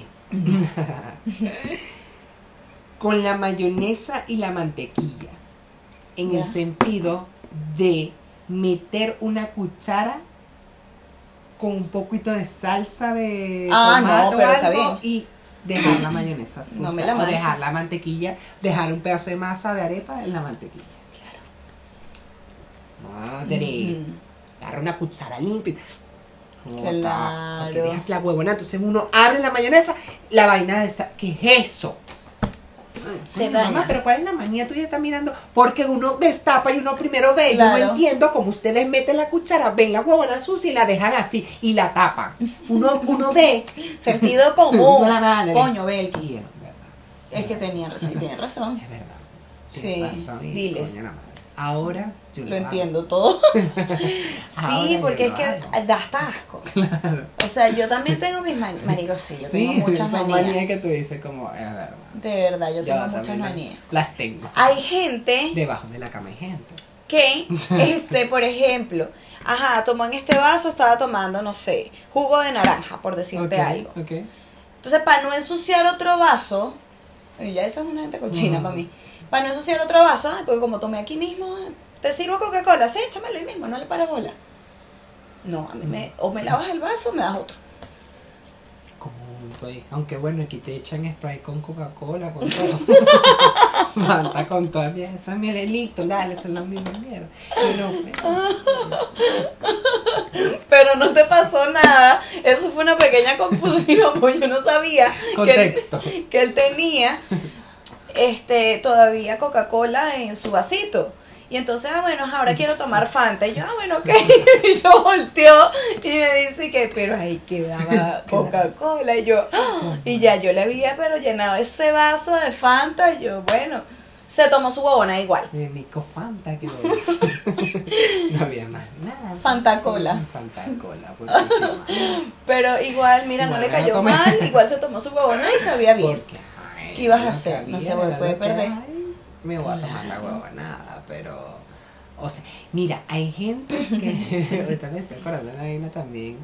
Con la mayonesa y la mantequilla. En Ya. el sentido de meter una cuchara con un poquito de salsa de Ah, tomate no, o pero está algo bien. y dejar la mayonesa sucia, No me la o dejar manchas. la mantequilla, dejar un pedazo de masa de arepa en la mantequilla. Madre. Ujú. Agarra una cuchara limpia. Claro. Para que veas la huevona. Entonces uno abre la mayonesa, la vaina de esa. ¿Qué es eso? Se Ay, daña. mamá, pero ¿cuál es la manía tuya? Está mirando. Porque uno destapa y uno primero ve. Yo Claro. no entiendo cómo ustedes meten la cuchara, ven la huevona sucia y la dejan así y la tapan. Uno, uno ve. Sentido común. La madre. Coño, Belki. Y es verdad. Es que tenía razón, tiene razón. Es verdad. Sí, Tienes razón y dile. coño la madre. Ahora yo Lo lo hago. entiendo todo. Sí, Ahora porque yo es lo que hago. da hasta asco. O sea, yo también tengo mis manías. Marico, sí, yo Sí, tengo muchas son manías. manías que tú dices como, es verdad. De verdad, yo Yo tengo también muchas las- manías. Las tengo. Hay gente Debajo de la cama hay gente. que, este, por ejemplo, ajá, tomó en este vaso, estaba tomando, no sé, jugo de naranja, por decirte Ok, algo. ok. Entonces, para no ensuciar otro vaso, y ya eso es una gente cochina Ujú. para mí, para no ensuciar otro vaso, ay, porque como tomé aquí mismo, ¿te sirvo Coca-Cola? Sí, échamelo ahí mismo, no le pares bola. No, a mí me, o me lavas el vaso o me das otro. Como estoy, aunque bueno, aquí te echan spray con Coca-Cola, con todo. Fanta con todo, mira, eso es mielelito, dale, eso es la misma mierda. Y no, pero, Pero no te pasó nada, eso fue una pequeña confusión, porque yo no sabía contexto. Que, él, que él tenía este todavía Coca-Cola en su vasito. Y entonces, ah, bueno, ahora quiero tomar Fanta. Y yo, ah, bueno, ok. Y yo volteo y me dice que, pero ahí quedaba Coca-Cola. Y yo, ¡ah! Y ya yo le había, pero llenado ese vaso de Fanta. Y yo, bueno, se tomó su huevona igual. De Mico Fanta, que no había más nada. Fanta Cola. Fanta Cola, porque qué más. Pero igual, mira, no Bueno, le cayó no tomé. mal. Igual se tomó su huevona y sabía bien. Porque, ay, ¿Qué ibas a lo hacer? que No había se era puede lo que perder. hay. Me voy a tomar la Claro. hueva, nada, pero. O sea, mira, hay gente que. Ahorita me estoy acordando de la vaina también.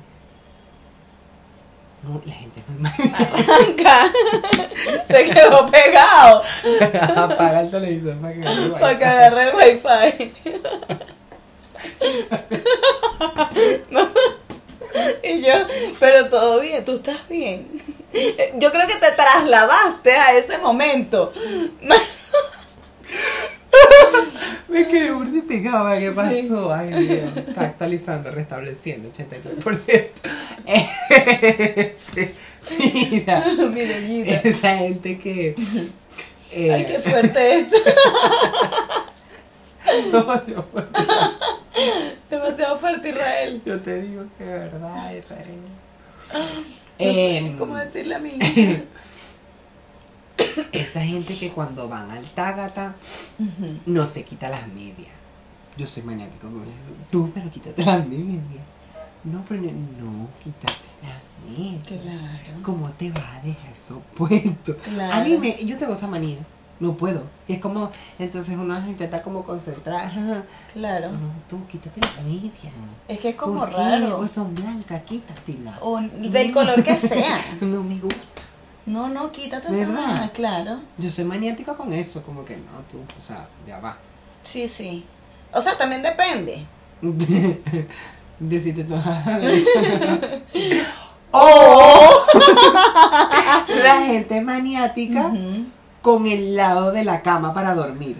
No, la gente es muy mala. Arranca. Se quedó pegado Apaga el televisor para que no para que agarre el wifi. No. Y yo, pero todo bien, tú estás bien. Yo creo que te trasladaste a ese momento. Me quedé burda y pegado, ¿qué pasó? Sí. Ay, Dios. Está actualizando, restableciendo, ochenta y tres por ciento. Este, mira, Mi doñita. esa gente que. Eh, Ay, qué fuerte esto. demasiado fuerte. Demasiado fuerte, Israel. Yo te digo que es verdad, Israel. No sé Em, ni cómo decirle a mi hija. Esa gente que cuando van al Tágata Ujú. no se quita las medias. Yo soy maniático con eso. Tú, pero quítate las medias. No, pero no, no, quítate las medias. Claro. ¿Cómo te vas a dejar eso puesto? Claro. A mí me, yo tengo esa manía. No puedo. Y es como, entonces uno intenta como concentrar. Claro. No, tú quítate las medias. Es que es como ¿Por qué? raro. Pues son blancas, quítatelas. O del color que sea. No me gusta. No, no, quítate esa ¿Verdad? vaina, claro. Yo soy maniática con eso, como que no, tú, o sea, ya va. Sí, sí. O sea, también depende. Decirte toda la leche. O la gente maniática Ujú. con el lado de la cama para dormir.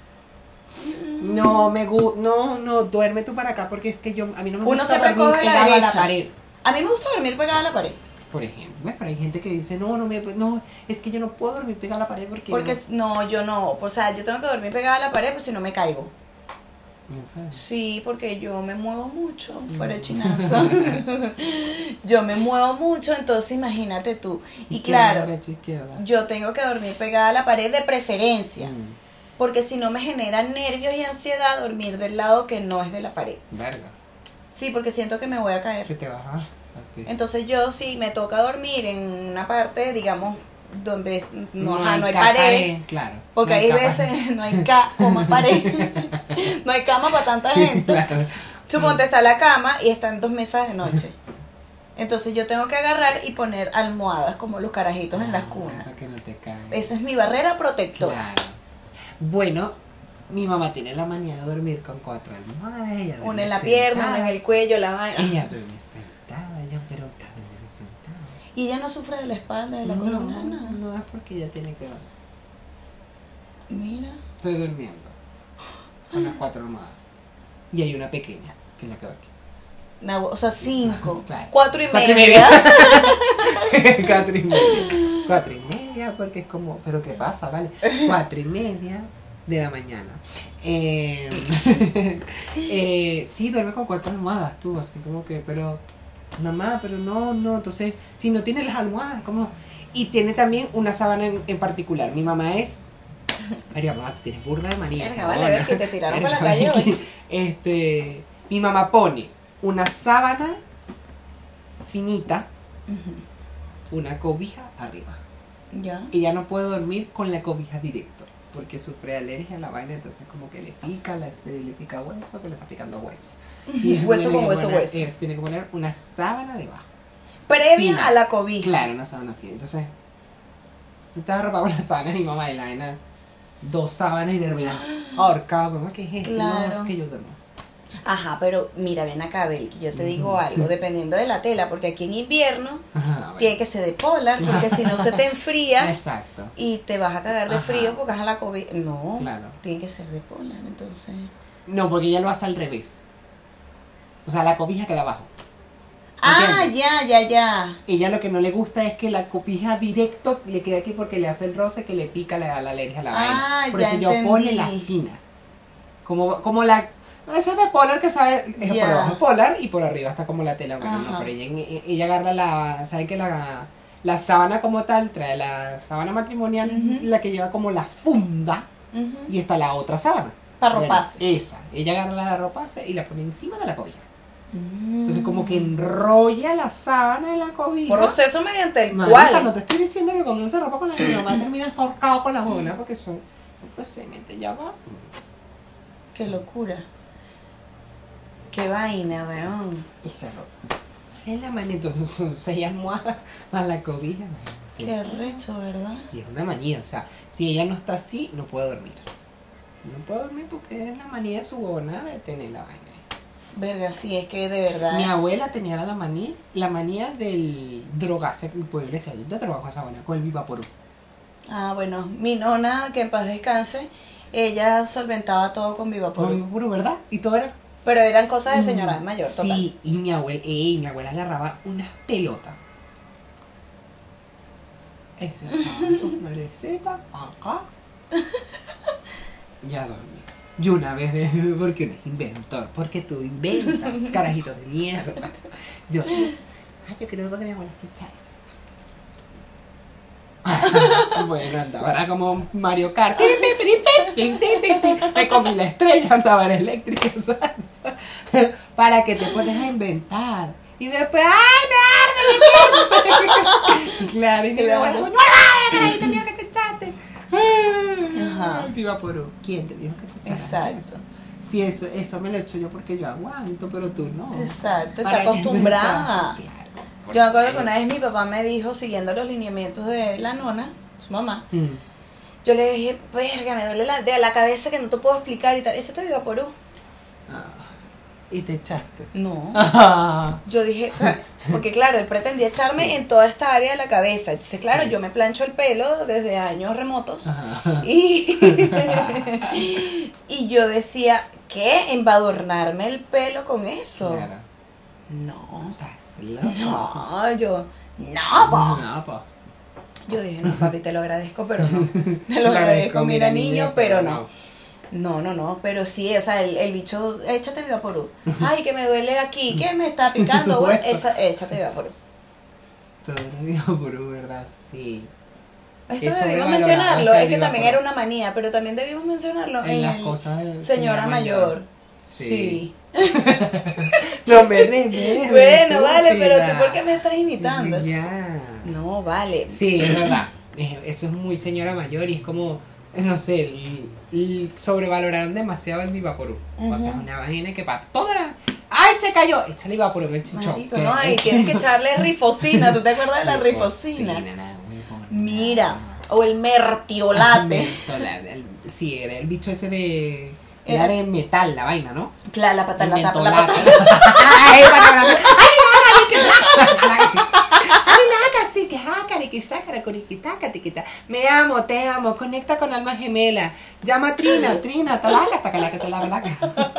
No me gusta, no, no, duerme tú para acá porque es que yo, a mí no me Uno gusta siempre dormir coge la pegado a la derecha. pared. A mí me gusta dormir pegada a la pared. Por ejemplo, ¿ves? Pero hay gente que dice, no, no, me, no, es que yo no puedo dormir pegada a la pared porque... Porque no, no, yo no. O sea, yo tengo que dormir pegada a la pared, pues si no me caigo. no sabes. Sí, porque yo me muevo mucho, fuera de chinazo. Yo me muevo mucho, entonces imagínate tú. Y Izquierda, claro, derecha, izquierda. yo tengo que dormir pegada a la pared de preferencia. Mm, Porque si no me genera nervios y ansiedad dormir del lado que no es de la pared. verga, Sí, porque siento que me voy a que caer. te vas a... al piso. Entonces yo si me toca dormir en una parte, digamos, donde no, ajá, hay no hay capa, pared. claro. Porque no hay capa. veces no hay ca coma pared. No hay cama para tanta gente. Claro. Suponte está la cama y están dos mesas de noche. Entonces yo tengo que agarrar y poner almohadas como los carajitos en las cunas. Para que no te caigas. Esa es mi barrera protectora. Claro. Bueno, mi mamá tiene la manía de dormir con cuatro almohadas. Ella duerme Una en la pierna, sentada. una en el cuello, la vaina. Ella duerme sentada, yo, pero está durmiendo sentada. Y ella no sufre de la espalda, de la columna, nada. no es porque ella tiene que dormir. Mira. Estoy durmiendo con las cuatro almohadas. Y hay una pequeña, que es la que va aquí. Na- O sea, cinco. Claro. Cuatro y Cuatro y media. Cuatro y media. Cuatro y media, porque es como, pero ¿qué pasa? Vale. Cuatro y media de la mañana. Eh, eh, sí, duerme con cuatro almohadas, tú, así como que, pero, mamá, pero no, no. Entonces, si no tiene las almohadas, como. Y tiene también una sábana en, en particular. Mi mamá es. María, mamá, tú tienes burda de manía. Verga, vale, a ver, que te tiraron Verga, para la calle vale, hoy. que, Este. Mi mamá pone una sábana finita, una cobija arriba. Ya. Ella no puede dormir con la cobija directo porque sufre alergia a la vaina, entonces como que le pica, la- se le pica hueso, que le está picando hueso. Y eso Hueso tiene con que hueso, poner- hueso. es- tiene que poner una sábana debajo. Previa Fina. a la cobija. Claro, una sábana fina. Entonces, tú estás arropado con la sábana y mi mamá y la vaina dos sábanas y terminas ahorcado. ¿Cómo que es esto? Claro. No, es que yo duermo. Ajá, pero mira, ven acá, Belki, yo te digo algo, dependiendo de la tela, porque aquí en invierno Ajá, bueno. tiene que ser de polar, porque si no se te enfría Exacto. y te vas a cagar de Ajá. frío porque vas a la COVID. No, Claro. tiene que ser de polar, entonces. No, porque ella lo hace al revés. O sea, la cobija queda abajo. Ah, ¿Entiendes? ya, ya, ya. Ella lo que no le gusta es que la cobija directo le quede aquí porque le hace el roce que le pica, le da la alergia a la Ah, vaina. Por ya eso yo pone la entendí. fina. Como, como la... Esa es de polar que sabe, es Ya. por abajo es polar y por arriba está como la tela. Bueno, no, Ajá. pero ella, ella agarra la... ¿Sabe que la, la sábana como tal trae la sábana matrimonial, Ujú. la que lleva como la funda Ujú. y está la otra sábana? Pa' Bueno, roparse. esa. Ella agarra la de roparse y la pone encima de la cobija. Mm. Entonces como que enrolla la sábana en la cobija. Proceso mediante el Marica, cual. no te estoy diciendo que cuando uno se ropa con la mamá termina estorcado con la bola porque son un procedimiento ya va. Qué locura. Qué vaina, weón. Y se ropa. Es la manía, entonces son seis almohadas más la cobija. Qué recho, ¿verdad? Y es una manía, o sea, si ella no está así, no puede dormir. No puede dormir porque es la manía de su huevona de tener la vaina. Verga, sí, es que de verdad. Mi abuela tenía la manía, la manía del drogarse, pues yo le decía, yo te drogas con esa vaina, con el Vivaporú. Ah, bueno, mi nona, que en paz descanse, ella solventaba todo con Con Vivaporú. Vivaporú, ¿verdad? Y todo era... Pero eran cosas de señora mayor, total. Sí, y mi abuela, ey, mi abuela agarraba unas pelotas. Esa echaba sus merecitas acá. Ya dormí. Yo una vez, porque uno es inventor, porque tú inventas, carajito de mierda. Yo, ay, yo creo que mi abuela se echa eso. Bueno, andaba, era como Mario Kart. Me comí la estrella, andaba en eléctrica, ¿sabes? Para que te pones a inventar. Y después, ¡ay, me arde, me quedo! Claro, y mi abuela, ¡no, carajito, mira que te echaste! Ajá. Viva por ¿quién te dijo que te echaras Exacto. eso? Sí, eso, eso me lo echo yo porque yo aguanto, pero tú no. Exacto, ¿Para está qué te acostumbrada. echaste? Claro, Yo me acuerdo que por una eso. vez mi papá me dijo, siguiendo los lineamientos de la nona, su mamá, Mm. yo le dije, verga, me duele la, de la cabeza que no te puedo explicar y tal. ¿Échate Vivaporú? Ah, y te echaste. No. Ah. Yo dije, porque claro, él pretendía echarme en toda esta área de la cabeza. Entonces, claro, Sí. yo me plancho el pelo desde años remotos. Ajá. Y, y yo decía, ¿qué? ¿Embadurnarme el pelo con eso? Claro. No. Estás loco. No, yo, no, po. No, po. Yo dije, no, papi, te lo agradezco, pero no. Te lo agradezco, mira, niño, pero no. No, no, no, pero sí, o sea, el, el bicho, échate Vivaporú. Ay, que me duele aquí, que me está picando, güey, Hueso. echa- échate Vivaporú. Todo digo por verdad, sí. Esto Es debimos sobrevalorado mencionarlo, este es que también Vivaporú. era una manía, pero también debimos mencionarlo En en, las el cosas de señora señora mayor. mayor. Sí. No me remes. Bueno, vale, pero tú estúpida. ¿por qué me estás imitando? Ya. No, vale. Sí, es verdad. Es- Eso es muy señora mayor y es como, no sé, el- el sobrevaloraron demasiado el Vivaporú. O sea, es una vaina que para toda la... ¡Ay, se cayó! Échale Vivaporú en el chichón. Marico, Que- no, ahí tienes que echarle rifocina, ¿tú te acuerdas de la rifocina? nada, huevona. Mira, o el mertiolate. Mentolate, el- Sí, era el bicho ese de... Era- Era de metal la vaina, ¿no? Claro, la pata, El la tapa, la mentolate. pata. Ay, para- Ay, naca, sí, que jácara, que sácara, coriquitaca, tiquita. Me amo, te amo, conecta con alma gemela. Llama a Trina, Trina, talaca, tacalaca, talabalaca.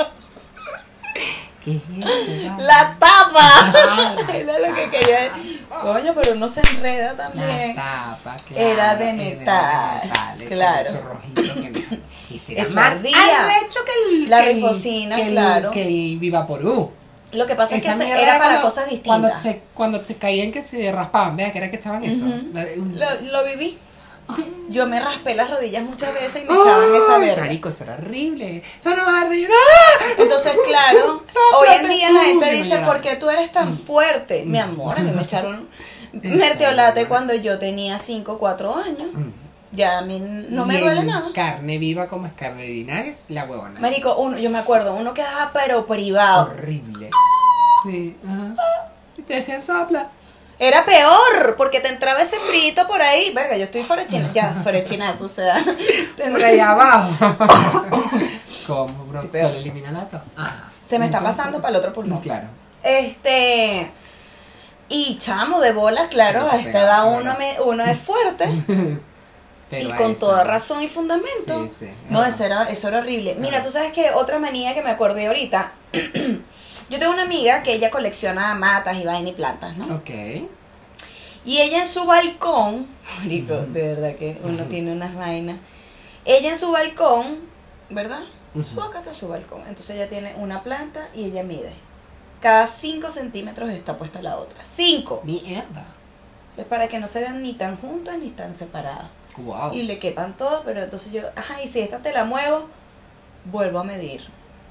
¿Qué es eso? vale? La tapa. Ah, la Era lo que quería. Coño, pero uno se enreda también. La tapa, claro. Era de era metal, ese claro. bicho rojito que me... Ese era Eso más ardía. arrecho que el... La que el- rifocina, que el- claro. Que el Vivaporú. Lo que pasa es que Esa se- mierda era para cuando- cosas distintas. Cuando se, cuando se caían que se raspaban, vea que era que echaban eso. Ujú. La- Lo, lo viví. Yo me raspé las rodillas muchas veces y me echaban esa Ay, verga. marico, eso era horrible. Eso no va a arder. ¡Ah! Entonces, claro, Sóplate. hoy en día la gente Uy, dice, mira. ¿por qué tú eres tan fuerte? Mi amor, a mí me echaron mertiolate cuando yo tenía cinco o cuatro años. Ya a mí no me Y duele en nada. Carne viva como es carne de Linares, la huevona. Marico, uno, yo me acuerdo, uno quedaba pero privado. Horrible. Sí, ajá. Y te decían sopla. Era peor, porque te entraba ese frito por ahí. Verga, yo estoy fuera de China, ya, fuera de chinazo, o sea. Por ahí abajo. ¿Cómo, bro? Estoy peor. ¿Solo elimina datos? Ah. Se me está Entonces, pasando para el otro pulmón. Claro. Este. Y chamo, de bolas, claro, Sí, a te esta pega, edad la uno, verdad. me, uno es fuerte. Pero y a con esa- toda razón y fundamento. Sí, sí. No, Ajá. eso era, eso era horrible. Mira, Ajá. tú sabes que otra manía que me acordé ahorita. Yo tengo una amiga que ella colecciona matas y vainas y plantas, ¿no? Ok. Y ella en su balcón, marico, de verdad que uno tiene unas vainas. Ella en su balcón, ¿verdad? Su acá está su balcón. Entonces ella tiene una planta y ella mide. Cada cinco centímetros está puesta la otra. ¡Cinco! Mierda. Es para que no se vean ni tan juntas ni tan separadas. Wow. Y le quepan todo, pero entonces yo, ajá, y si esta te la muevo, vuelvo a medir.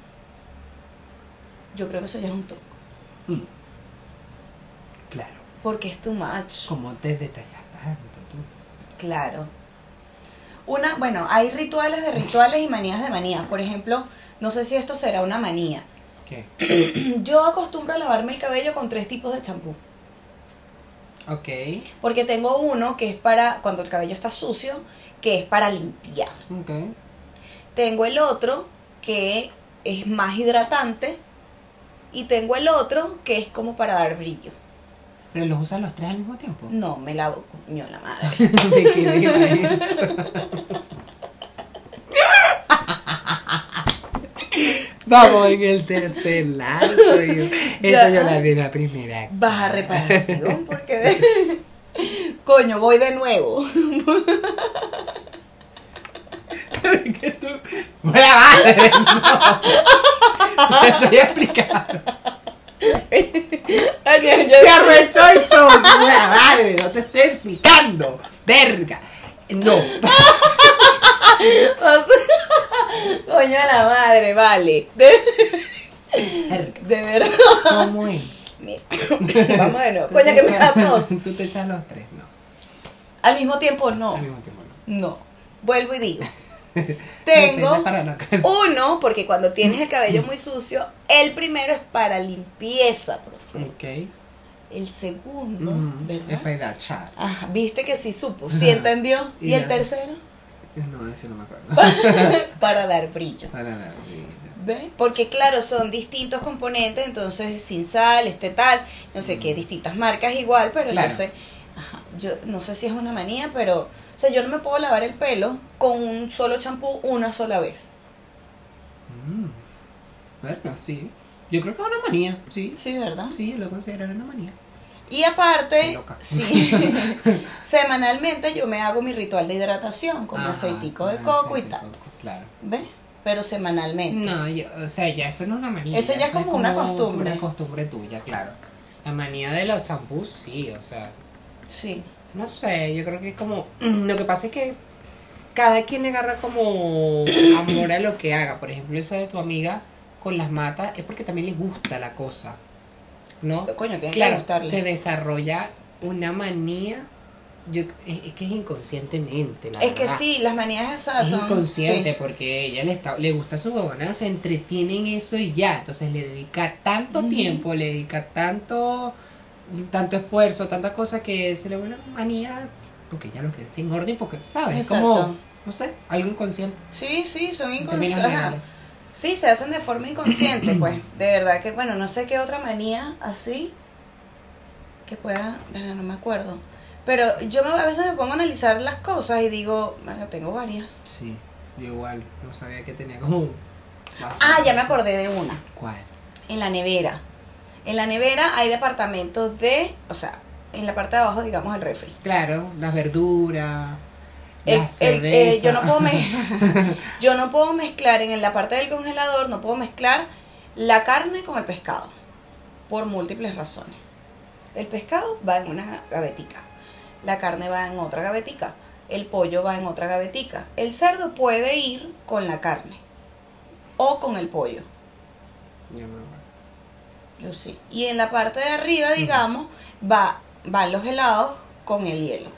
Yo creo que eso ya es un toque. Mm. Claro. Porque es too much. ¿Cómo te detallas tanto tú? Claro. Una, bueno, hay rituales de rituales y manías de manías. Por ejemplo, no sé si esto será una manía. ¿Qué? Yo acostumbro a lavarme el cabello con tres tipos de champú. Ok. Porque tengo uno que es para, cuando el cabello está sucio, que es para limpiar. Ok. Tengo el otro que es más hidratante. Y tengo el otro que es como para dar brillo. ¿Pero los usan los tres al mismo tiempo? No, me lavo, coño la madre. ¿De qué le iba eso? Vamos en el tercer lazo. Yo. Esa Ya. yo la vi en la primera. Baja reparación, porque... Coño, voy de nuevo. que tú. ¡Buena madre! No. Te estoy explicando. Ay, yo- yo- ¡Se arrechó y todo! ¡Buena madre! No te estoy explicando. ¡Verga! No. O sea, coño a la madre, vale. De, Verga. de verdad. ¿Cómo es? Mira, vamos de nuevo. Coño, que me da tos. Tú te echas los tres, no. Al mismo tiempo, no. Al mismo tiempo, no. No. Vuelvo y digo. Tengo Depende para la ocasión. uno, porque cuando tienes el cabello muy sucio, el primero es para limpieza profunda. Ok. El segundo, Mm, es ¿verdad? para edachar. Ajá, viste que sí supo, sí entendió. ¿Y el Ya. tercero? No, ese no me acuerdo. Para dar brillo. Para la brilla. ¿Ves? Porque claro, son distintos componentes, entonces sin sal, este tal, no sé qué, distintas marcas igual, pero Claro. entonces, ajá, yo no sé si es una manía, pero, o sea, yo no me puedo lavar el pelo con un solo champú una sola vez. Mm. Bueno, sí. Yo creo que es una manía, sí. Sí, ¿verdad? Sí, yo lo considero una manía. Y aparte, Loca. sí, semanalmente yo me hago mi ritual de hidratación con mi Ajá, aceitico de con coco y aceite de tal. coco, claro. ¿Ves? Pero semanalmente. No, yo, o sea, ya eso no es una manía. Eso ya es como una como costumbre. Una costumbre tuya, claro. La manía de los champús, sí, o sea, Sí. no sé, yo creo que es como... Lo que pasa es que cada quien le agarra como amor a lo que haga. Por ejemplo, eso de tu amiga con las matas es porque también le gusta la cosa, ¿no? Coño, tiene que Claro, gustarle. se desarrolla una manía, yo, es, es que es inconscientemente, la Es que verdad. sí, las manías esas Es son... inconsciente sí. porque ella le está, le gusta su huevona, se entretiene en eso y ya. Entonces le dedica tanto Ujú. tiempo, le dedica tanto, tanto esfuerzo, tanta cosa que se le vuelve una manía porque ya lo que es en orden, porque sabes, es Exacto. como, no sé, algo inconsciente. Sí, sí, son Terminas inconscientes. legales. Sí, se hacen de forma inconsciente, pues. De verdad que, bueno, no sé qué otra manía así que pueda, bueno, no me acuerdo. Pero yo me, a veces me pongo a analizar las cosas y digo, bueno, tengo varias. Sí, yo igual, no sabía que tenía como... Ah, ya me acordé de una. ¿Cuál? En la nevera. En la nevera hay departamentos de, o sea, en la parte de abajo, digamos, el refri. Claro, las verduras, El- las el- eh, cervezas. yo no puedo me- yo no puedo mezclar en la parte del congelador, no puedo mezclar la carne con el pescado por múltiples razones. El pescado va en una gavetica, la carne va en otra gavetica, el pollo va en otra gavetica, el cerdo puede ir con la carne o con el pollo. Ya me vas. Yo sí. Y en la parte de arriba, digamos, va van los helados con el hielo.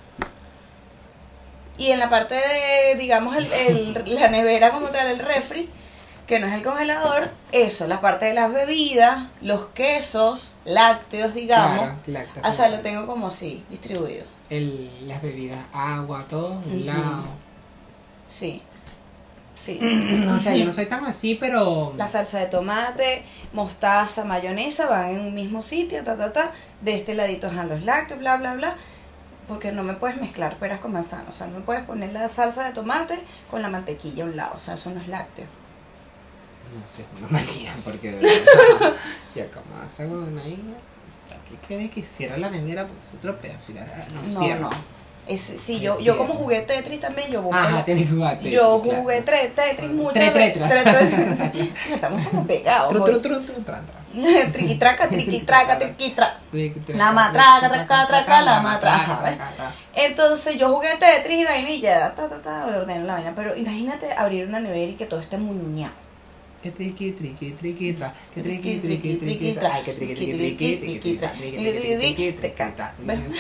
Y en la parte de, digamos, el, el- la nevera como tal, el refri, que no es el congelador, eso, la parte de las bebidas, los quesos, lácteos, digamos. Claro, lácteos, O sea, claro. lo tengo como así, distribuido. El, las bebidas, agua, todo, a un Ujú. lado. Sí, sí. No, o sea, yo no soy tan así, pero... La salsa de tomate, mostaza, mayonesa van en un mismo sitio, ta, ta, ta. De este ladito están los lácteos, bla, bla, bla. Porque no me puedes mezclar peras con manzana. O sea, no me puedes poner la salsa de tomate con la mantequilla a un lado. O sea, son los lácteos. No sé, una manía, porque de verdad, ya como hace una hija, ¿qué quiere que cierre la nevera? Porque es otro pedazo y la no, No, cierra. no. Es, sí, Es yo, yo cierto. como jugué Tetris también, yo busco Ajá, la- tienes que jugar Tetris, Yo claro. jugué tre- Tetris mucho. Tre- tetras. Estamos como pegados. Tru, hoy. tru, tru, tru, tran, tran. Triquitraca, triquitraca, triquitra. Tri, tri, La tra, matraca, tra, traca, tra, traca, tra, la tra, matraca, tra, ¿ves? tra, tra. Entonces yo jugué Tetris y vainilla, ta, ta, ta, ordeno la vaina. Pero imagínate abrir una nevera y que todo esté muñuñado. Que triqui, triqui, triqui, tra. Que triqui, triqui, triqui, tra. Ay, que triqui, triqui, triqui, triqui, tra. Triqui, triqui, triqui, triqui, tra.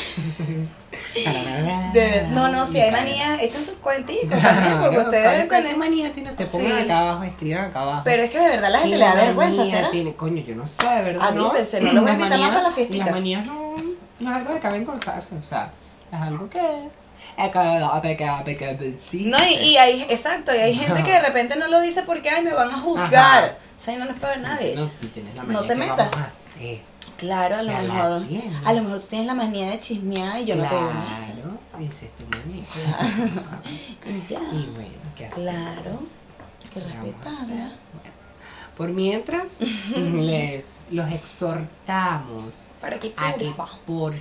De- no, no, si hay manías, echen sus cuenticos también, porque Claro, ustedes ¿cuál- deben cuál tener. manía tiene usted? Pongan Sí. acá abajo, escriban acá abajo. Pero es que de verdad la gente ¿Qué le da vergüenza, manía ¿será? tiene? Coño, yo no sé, de verdad. A mí, ¿no? pensé, no lo voy a Las invitar más manías- para la fiestica. Las manías no, no es algo que cabe en conversarse, o sea, es algo que. Es que, que, que, que existe. No, y, y hay, exacto, y hay gente que de repente no lo dice porque, ay, me van a juzgar. Ajá. O sea, no nos puede nadie. No, si tienes la No manía, te ¿qué metas. vamos a hacer? Claro, a lo Ya la mejor. tienes. A lo mejor tú tienes la manía de chismear y yo no te digo nada. Claro, esa es tu manía. Y ya. Y bueno, ¿qué hacer? Claro. Hay que ¿Qué vamos a respetarla. hacer? Bueno, por mientras, les los exhortamos Para que a que porfa. por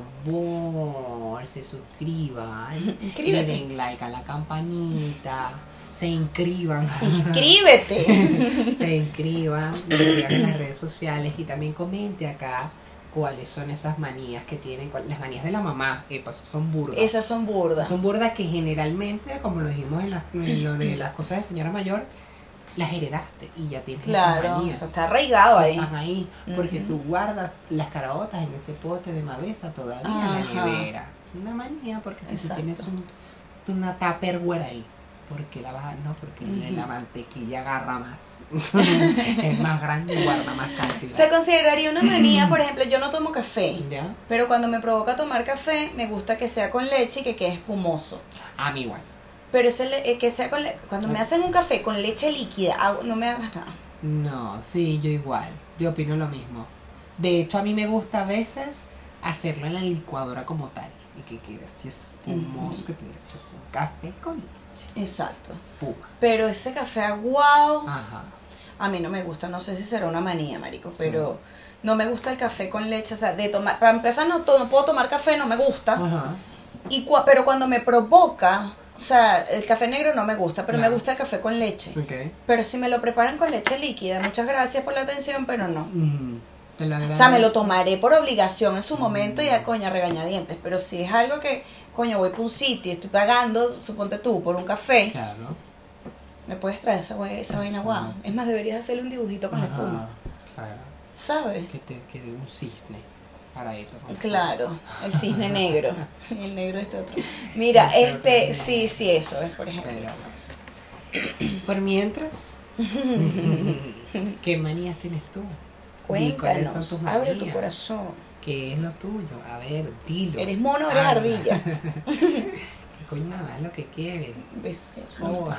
favor se suscriban, Inscríbete. le den like a la campanita, se inscriban, Inscríbete. se inscriban, nos sigan en las redes sociales y también comente acá cuáles son esas manías que tienen, cuál- las manías de la mamá, epa, esas son burdas. Esas son burdas. Son burdas que generalmente, como lo dijimos en, la- en lo de las cosas de señora mayor, las heredaste y ya tienes esas Claro, o manías. sea, está arraigado O sea, ahí. están ahí, porque Ujú. tú guardas las caraotas en ese pote de mavesa todavía en la Ajá. nevera. Es una manía, porque si Exacto. tú tienes un, una tupperware ahí, porque la vas a, no, porque Ujú. la mantequilla agarra más. Es más grande y guarda más cantidad. Se consideraría una manía, por ejemplo, yo no tomo café. ¿Ya? Pero cuando me provoca tomar café, me gusta que sea con leche y que quede espumoso. A mí igual. Pero ese le- eh, que sea con le- cuando me hacen un café con leche líquida, hago- no me hagas nada. No, sí, yo igual. Yo opino lo mismo. De hecho, a mí me gusta a veces hacerlo en la licuadora como tal. Y que quede así espumoso, que tienes un café con leche. Exacto. Espuma. Pero ese café aguado, Ajá. a mí no me gusta. No sé si será una manía, marico, Sí. pero no me gusta el café con leche. O sea, de tomar, para empezar, no, to- no puedo tomar café, no me gusta. Ajá. Y cua- pero cuando me provoca, o sea, el café negro no me gusta, pero Claro. me gusta el café con leche. Ok. Pero si me lo preparan con leche líquida, muchas gracias por la atención, pero no. Mm, te lo O agradezco. sea, me lo tomaré por obligación en su momento y a coña regañadientes. Pero si es algo que, coño, voy por un sitio y estoy pagando, suponte tú, por un café, Claro. me puedes traer esa, hue- esa vaina Sí. guau. Es más, deberías hacerle un dibujito con la Ajá, espuma. Claro. ¿Sabes? Que te quede un cisne para esto. Claro, el cisne negro. Y el negro este otro. Mira, este, sí, sí, eso es, por ejemplo. Pero bueno. Por mientras, ¿qué manías tienes tú? Di, ¿cuáles son Cuéntanos, tus abre tu manías? corazón. ¿Qué es lo tuyo? A ver, dilo. ¿Eres mono o eres Habla. ardilla? ¿Qué coño es lo que quieres? Becerro. Oh.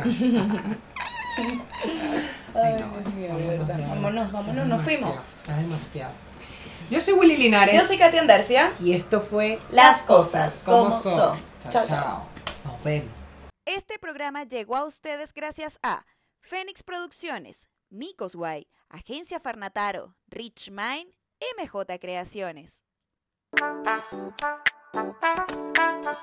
Ay, Ay, no, Dios mío, de vámonos verdad. ya. Vámonos, vámonos, Es nos fuimos. demasiado, Es demasiado. Yo soy Willy Linares. Yo soy Katy Andarcia. Y esto fue Las cosas como son. Chao, Chao, chao. chao. Nos vemos. Este programa llegó a ustedes gracias a Fénix Producciones, Micos Guay, Agencia Farnataro, Rich Mind, M J Creaciones.